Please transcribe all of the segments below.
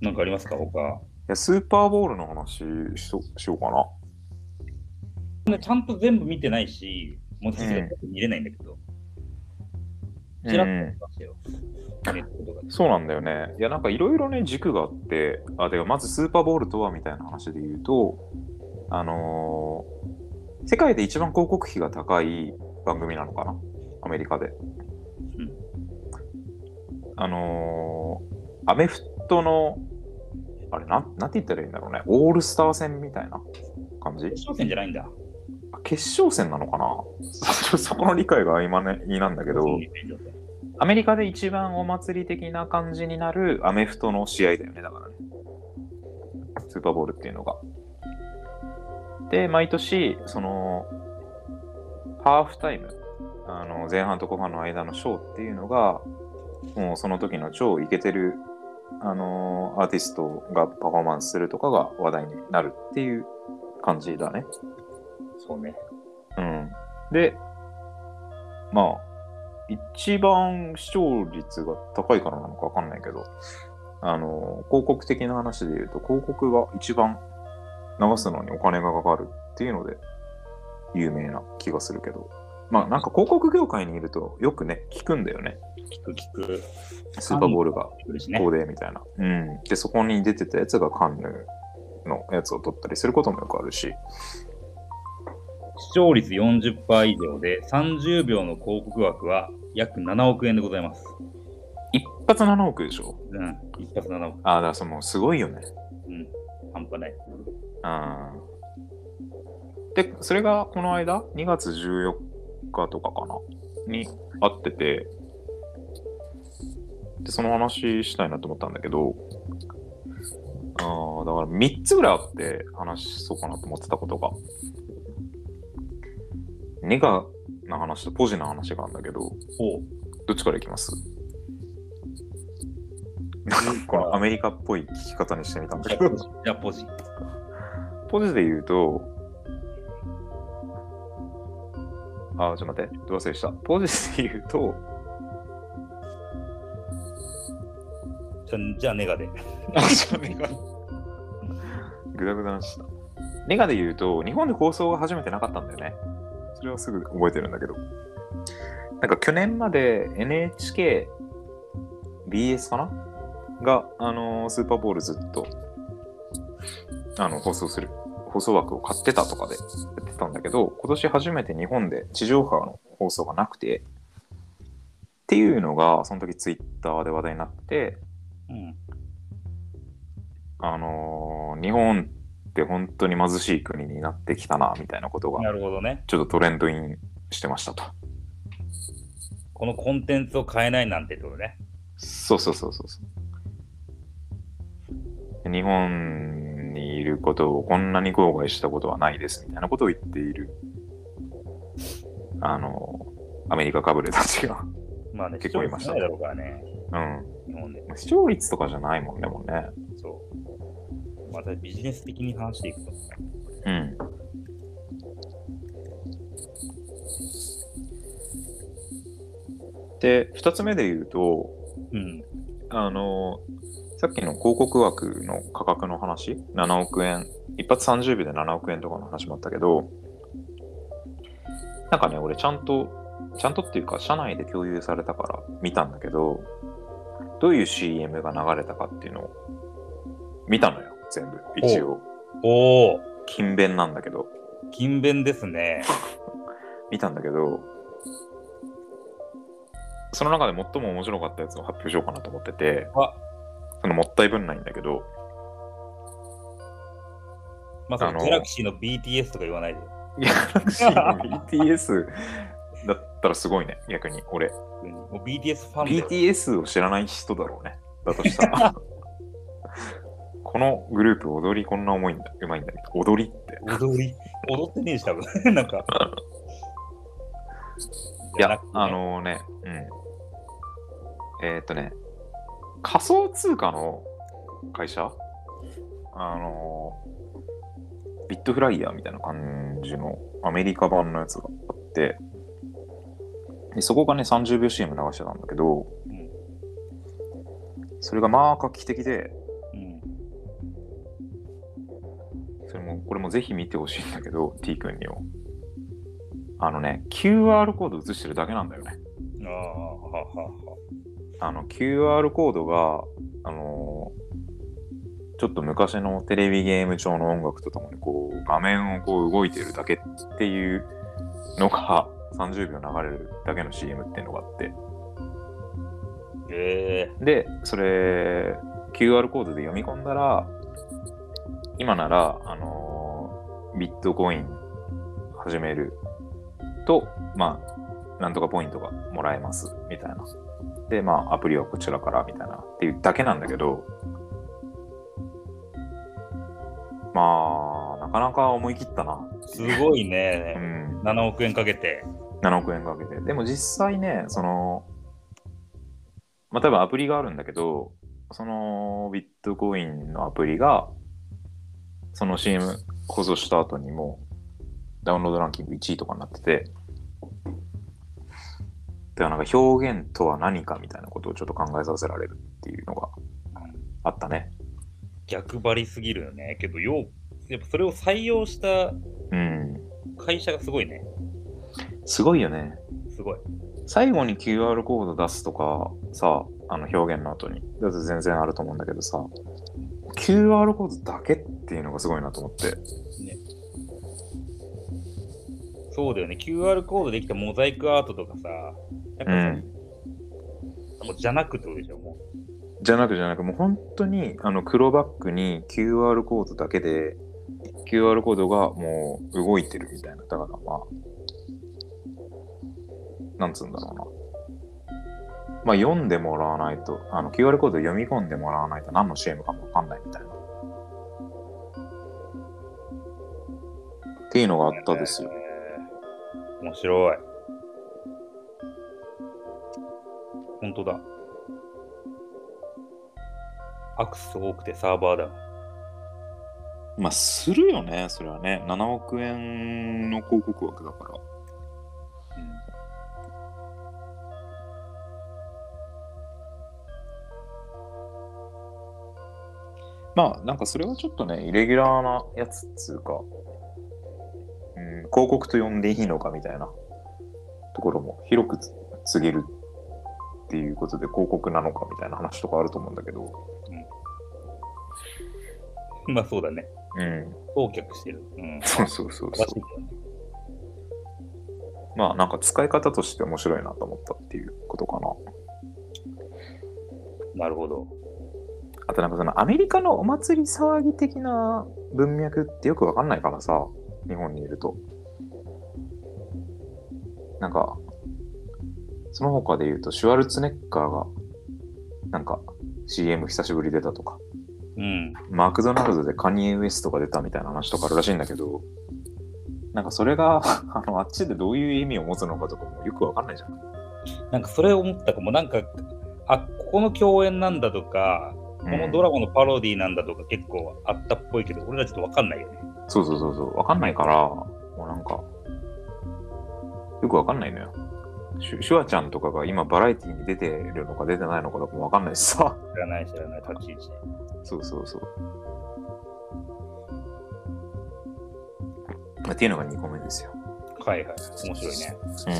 なんかありますか他？ スーパーボールの話しようかな。 ね、ちゃんと全部見てないし、もう私がうん。 見れないんだけど、ちらっと見うん。 ましたよ。ネットとかで。 そうなんだよね。いや、なんかいろいろね、軸があって、ではまずスーパーボールとはみたいな話で言うと、世界で一番広告費が高い番組なのかな、アメリカで。 うん。 アメフトの、あれ、なんて言ったらいいんだろうね。オールスター戦みたいな感じ。 決勝戦じゃないんだ。 決勝戦なのかな。そこの理解が曖昧なんだけど、 決勝戦に決勝戦。 アメリカで一番お祭り的な感じになるアメフトの試合だよね、だからね。スーパーボールっていうのが。で、毎年、ハーフタイム、前半と後半の間のショーっていうのが、もうその時の超イケてる、アーティストがパフォーマンスするとかが話題になるっていう感じだね。 そうね。 うん。で、まあ、一番視聴率が高いからなのかわかんないけど、広告的な話で言うと、広告が一番流すのにお金がかかるっていうので有名な気がするけど、まあなんか広告業界にいるとよくね、聞くんだよね。 聞く。 スーパーボールが来るしこね。 うでみたいな。うん。で、そこに出てたやつがカンヌのやつを取ったりすることもよくあるし。 視聴率40%以上で30秒の広告枠は約7億円でございます。 一発7億でしょ。 うん。一発7億。 だからそのすごいよね。 うん。半端ない。 うん。で、それがこの間、2月14日とかかな、にあってて、で、その話したいなと思ったんだけど、だから3つぐらいあって話しそうかなと思ってたことが。ネガな話とポジな話があるんだけど、 おう。 どっちからいきます？このアメリカっぽい聞き方にしてみたんだけど、 じゃあポジ。 ポジで言うと、ちょっと待って、ど忘れした。ポジで言うと、 じゃあネガで。 ネガ。グダグダなした。ネガで言うと、日本で放送が初めてなかったんだよね。それはすぐ覚えてるんだけど。なんか去年まで NHK、BS かなが、スーパーボールずっと、放送枠を買ってたとかでやってたんだけど、今年初めて日本で地上波の放送がなくて、っていうのが、その時ツイッターで話題になって、 うん。 日本って本当に貧しい国になってきたな、みたいなことが、 なるほどね。 ちょっとトレンドインしてましたと。 このコンテンツを変えないなんてってことね。 そうそうそうそう。日本にいることをこんなに後悔したことはないですみたいなことを言っている、アメリカかぶれたちがまあね、視結聴構いましたと。 率ないだろうからね。 うん。 日本で。 視聴率とかじゃないもんね、もんね。 そう。またビジネス的に話していくと。 うん。で、二つ目で言うと、 うん。 さっきの広告枠の価格の話、7億円、一発30秒で7億円とかの話もあったけど、なんかね、俺ちゃんとっていうか、社内で共有されたから見たんだけど、どういう CM が流れたかっていうのを見たのよ、全部、一応。 おお、 勤勉なんだけど。 勤勉ですね。 見たんだけど、その中で最も面白かったやつを発表しようかなと思ってて、そのもったいぶんないんだけど、 まさかギャラクシーの BTS とか言わないで。 ギャラクシーの BTS だったらすごいね、逆に俺。 もう BTS ファンで。 BTS を知らない人だろうね。だとしたら。このグループ踊りこんなうまいんだけど、踊りって。 踊ってねえし、多分。なんか。 いや、仮想通貨の会社ビットフライヤーみたいな感じのアメリカ版のやつがあって、でそこがね、30秒 CM 流してたんだけど、 うん、 それがまあ画期的で、 うん、 これもぜひ見てほしいんだけど、T 君にも。QR コード映してるだけなんだよね。 ああ、ははは。 QR コードが、ちょっと昔のテレビゲーム調の音楽とともにこう画面をこう動いてるだけっていうのが30秒流れるだけの CM っていうのがあって、でそれ QR コードで読み込んだら、今ならビットコイン始めるとなんとかポイントがもらえますみたいな、でアプリはこちらからみたいなっていうだけなんだけど、なかなか思い切ったな。 すごいね、7億円かけて。 7億円かけて。でも実際ね、多分アプリがあるんだけど、そのビットコインのアプリが、その CM 放送した後にもダウンロードランキング1位とかになってて、でなんか表現とは何かみたいなことをちょっと考えさせられるっていうのがあったね。 逆張りすぎるよね。けどやっぱそれを採用した会社がすごいね。 すごいよね。 すごい。 最後に QR コード出すとかさ、表現の後にだと全然あると思うんだけどさ、QR コードだけっていうのがすごいなと思って。 ね、そうだよね。QR コードできたモザイクアートとかさ、やっぱもうじゃなくってことでしょ、もう。 じゃなく、もう本当に黒バックに QR コードだけで QR コードがもう動いてるみたいな。だからなんつうんだろうな。読んでもらわないと、QR コード読み込んでもらわないと何の CM かもわかんないみたいな。っていうのがあったですよ。 面白い。本当だ。アクセス多くてサーバーだ。 するよね、それはね。7億円の広告枠だから。なんかそれはちょっとね、イレギュラーなやつっつうか、広告と呼んでいいのかみたいなところも広く告げるっていうことで広告なのかみたいな話とかあると思うんだけど。 そうだね。送客してる。 そう。なんか使い方として面白いなと思ったっていうことかな。なるほど。 あとなんかそのアメリカのお祭り騒ぎ的な文脈ってよくわかんないからさ、日本にいると。なんか、その他で言うとシュワルツェネッガーがなんか CM 久しぶり出たとか、マクドナルドでカニエ・ウエストが出たみたいな話とかあるらしいんだけど、なんかそれがあっちでどういう意味を持つのかとかもよくわかんないじゃん。 なんかそれを思ったかも。なんかここの共演なんだとか、このドラマのパロディなんだとか結構あったっぽいけど、俺らちょっとわかんないよね。 そうわかんないから、もうなんかよくわかんないのよ。シュワちゃんとかが今バラエティに出てるのか出てないのかとかもわかんないしさ。 知らない、立ち位置。 そう。っていうのが2個目ですよ。 はい。面白いね。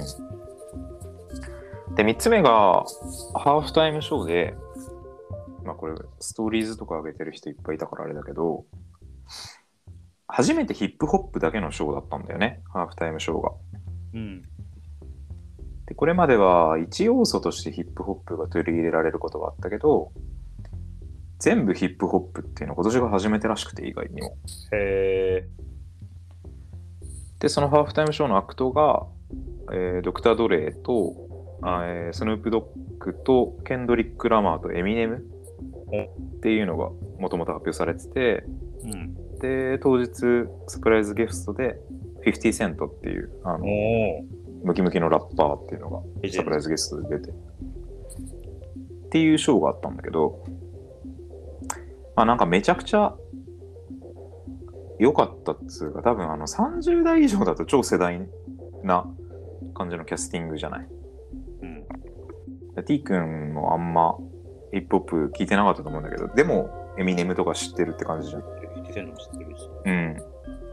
で、3つ目が、ハーフタイムショーで、これ、ストーリーズとか上げてる人いっぱいいたからあれだけど、初めてヒップホップだけのショーだったんだよね、ハーフタイムショーが。で、これまでは一要素としてヒップホップが取り入れられることがあったけど、全部ヒップホップっていうのは今年が初めてらしくて、意外にも。で、そのハーフタイムショーのアクトが、ドクター・ドレイと、スヌープ・ドッグとケンドリック・ラマーとエミネムっていうのがもともと発表されてて、で、当日サプライズゲストで50セントっていうムキムキのラッパーっていうのがサプライズゲストで出てっていうショーがあったんだけど、なんかめちゃくちゃ良かったっつうか、多分30代以上だと超世代な感じのキャスティングじゃない。T 君もあんまヒップホップ聞いてなかったと思うんだけど、でもエミネムとか知ってるって感じじゃん。 知ってるし。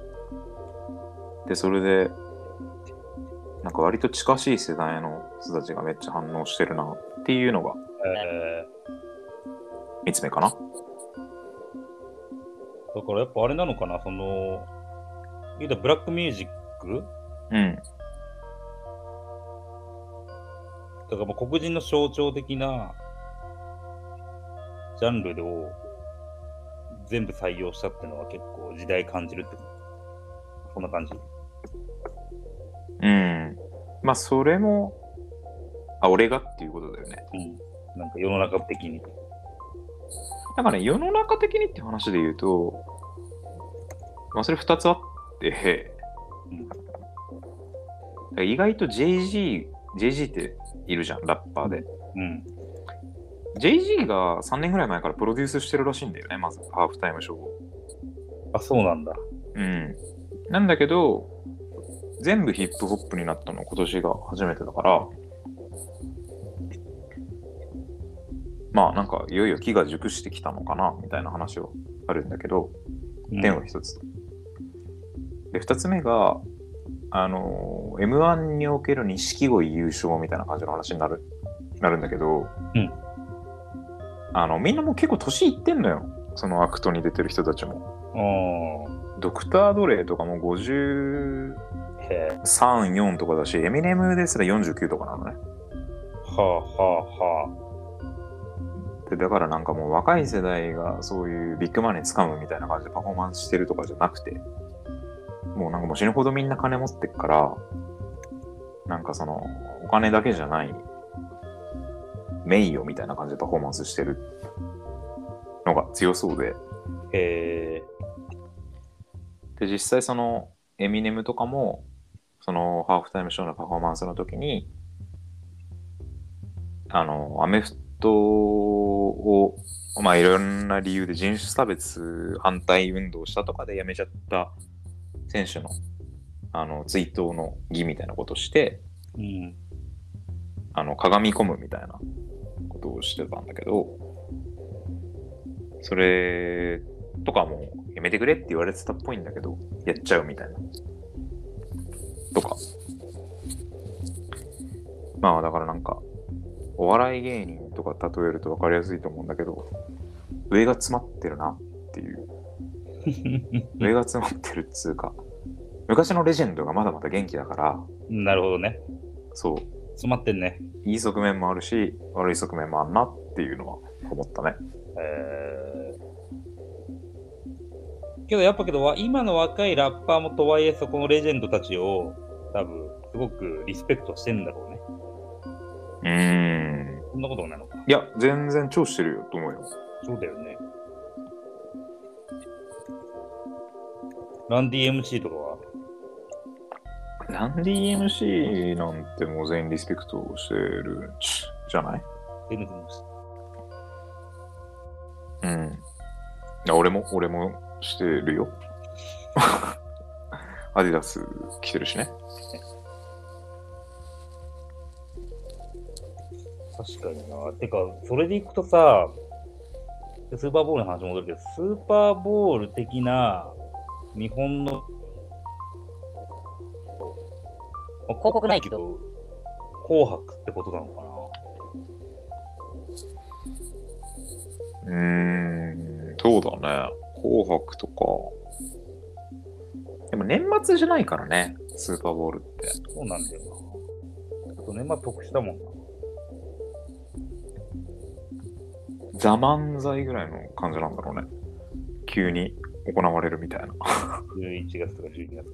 で、それで、なんか割と近しい世代の人たちがめっちゃ反応してるなっていうのが3つ目かな。 だからやっぱあれなのかな、その、言うたらブラックミュージックうん。 だからもう黒人の象徴的なジャンルを全部採用したっていうのは結構時代感じるって、そんな感じ。 うん。まあ、それも、俺がっていうことだよね。 うん。なんか世の中的に。 だからね、世の中的にって話で言うと、まあ、それ2つあって、意外と JG っているじゃん、ラッパーで。 うん。 JG が3年ぐらい前からプロデュースしてるらしいんだよね、まず、ハーフタイムショーを。 あ、そうなんだ。 うん。なんだけど、全部ヒップホップになったの今年が初めてだから、まあなんかいよいよ機が熟してきたのかなみたいな話はあるんだけど、点は一つと。で、二つ目が、M1 における錦鯉優勝みたいな感じの話になるんだけど、みんなもう結構年いってんのよ。そのアクトに出てる人たちも。ドクター・ドレイとかも53、4とかだし、エミネムですら49とかなのね。で、だからなんかもう若い世代がそういうビッグマネー掴むみたいな感じでパフォーマンスしてるとかじゃなくて、もうなんかもう死ぬほどみんな金持ってっから、なんかそのお金だけじゃない名誉みたいな感じでパフォーマンスしてるのが強そうで。で、実際そのエミネムとかも、そのハーフタイムショーのパフォーマンスの時に、アメフトを、まあいろんな理由で人種差別反対運動したとかで辞めちゃった選手の、追悼の儀みたいなことをして、鏡込むみたいなことをしてたんだけど、それとかもやめてくれって言われてたっぽいんだけど、やっちゃうみたいな。とか。まあだからなんか、お笑い芸人とか例えると分かりやすいと思うんだけど、上が詰まってるなっていう。上が詰まってるっつうか、昔のレジェンドがまだまだ元気だから。 なるほどね。 そう。 詰まってんね。 いい側面もあるし、悪い側面もあるなっていうのは思ったね。 けどやっぱ今の若いラッパーもとはいえそこのレジェンドたちを多分すごくリスペクトしてんだろうね。そんなことないのか。 いや、全然超してるよと思うよ。 そうだよね。ランディ MC とかは？ ランディ MC なんてもう全員リスペクトしてるじゃない？うん。俺もしてるよ。アディダス着てるしね。 確かにな。てか、それでいくとさ、スーパーボールの話戻るけど、スーパーボール的な日本の、広告ないけど、紅白ってことなのかな。そうだね。紅白とか。でも年末じゃないからね、スーパーボールって。 そうなんだよな。あと年末特殊だもんな。 ザ漫才ぐらいの感じなんだろうね。急に行われるみたいな。 11月とか12月ぐらい。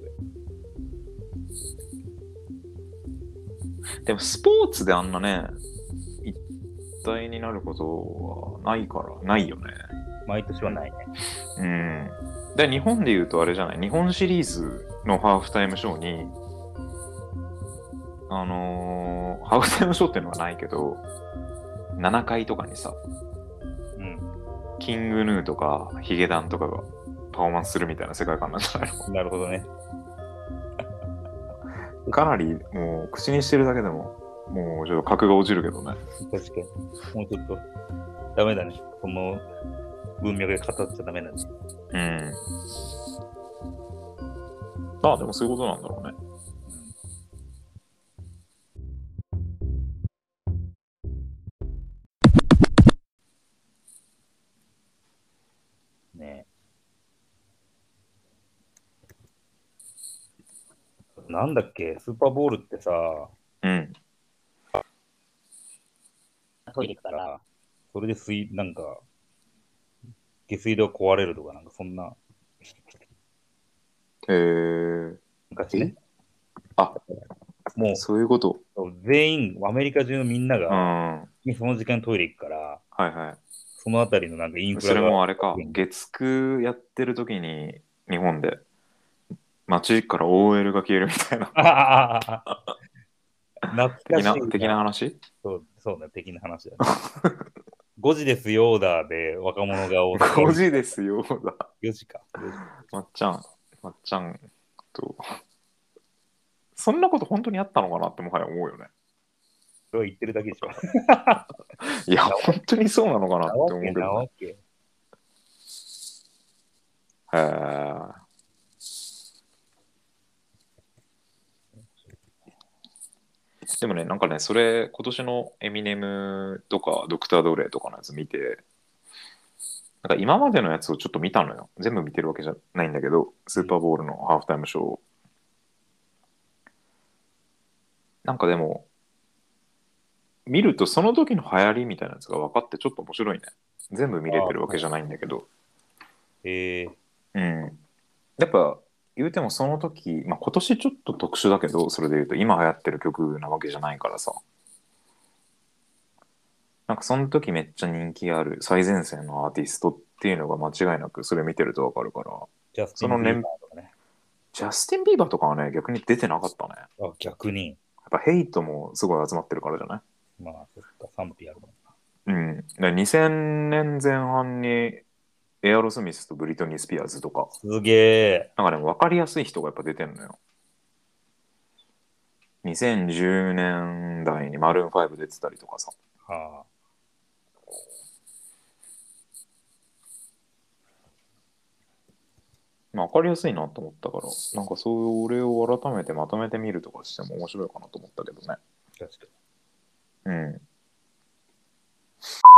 でもスポーツであんなね、一体になることはないよね。 毎年はないね。 うん。で、日本で言うとあれじゃない、日本シリーズのハーフタイムショーに、ハーフタイムショーっていうのはないけど、7回とかにさ、キングヌーとかヒゲダンとかがパフォーマンスするみたいな世界観なんじゃないの？ なるほどね。 かなりもう口にしてるだけでももうちょっと格が落ちるけどね。 確かに。もうちょっとダメだね。この文脈で語っちゃダメなんで。 まあでもそういうことなんだろうね。 ねなんだっけ、スーパーボールってさ、 うん。 トイレ行くから、それでなんか、下水道壊れるとか、なんかそんな、 えー、え昔ね、 あ、 もそういうこと。 う全員、アメリカ中のみんなうん。 が、 はその時間トイレ行くから、 いはそのあたりのなんかインい。それフラが、 もあれか、月9やってる時に日本で街から OL が消えるみたいなああ、懐かし的ないな。 話。 そうね、的な話だね。5時ですよ、だで若者が大阪 5 に。 時ですよだ。 4時か。4時。 まっちゃんと、そんなこと本当にあったのかなってもはや思うよね。 それは言ってるだけでしょ。 いや、 なわ本当にそうなのかなってなわけ思うけどね。 なわけ。 へえ。でもね、なんかね、それ、今年のエミネムとかドクター・ドレイとかのやつ見て、なんか今までのやつをちょっと見たのよ。全部見てるわけじゃないんだけど、スーパーボールのハーフタイムショーを。なんかでも、見るとその時の流行りみたいなやつが分かってちょっと面白いね。全部見れああ、 てるわけじゃそないんだけど。 う。 うん。やっぱ、言うてもその時、まあ今年ちょっと特殊だけど、それで言うと今流行ってる曲なわけじゃないからさ。なんかその時めっちゃ人気ある最前線のアーティストっていうのが間違いなくそれ見てるとわかるから、 ジャスティン・ビーその年、 バーとかね。 ジャスティン・ビーバーとかはね、逆に出てなかったね。やあ、逆に。 っぱヘイトもすごい集まってるからじゃない？ まあ、そっか、賛否あるもんな。 うん。で2000年前半にエアロスミスとブリトニー・スピアーズとか、 すげえ。 なんかね、分かりやすい人がやっぱ出てんのよ。2010年代にマルーン5出てたりとかさ。 はまあ、分かりやすいなと思ったから、なんかそれを改めてまとめてみるとかしても面白いかなと思ったけどね。 あ、確かに。 うん。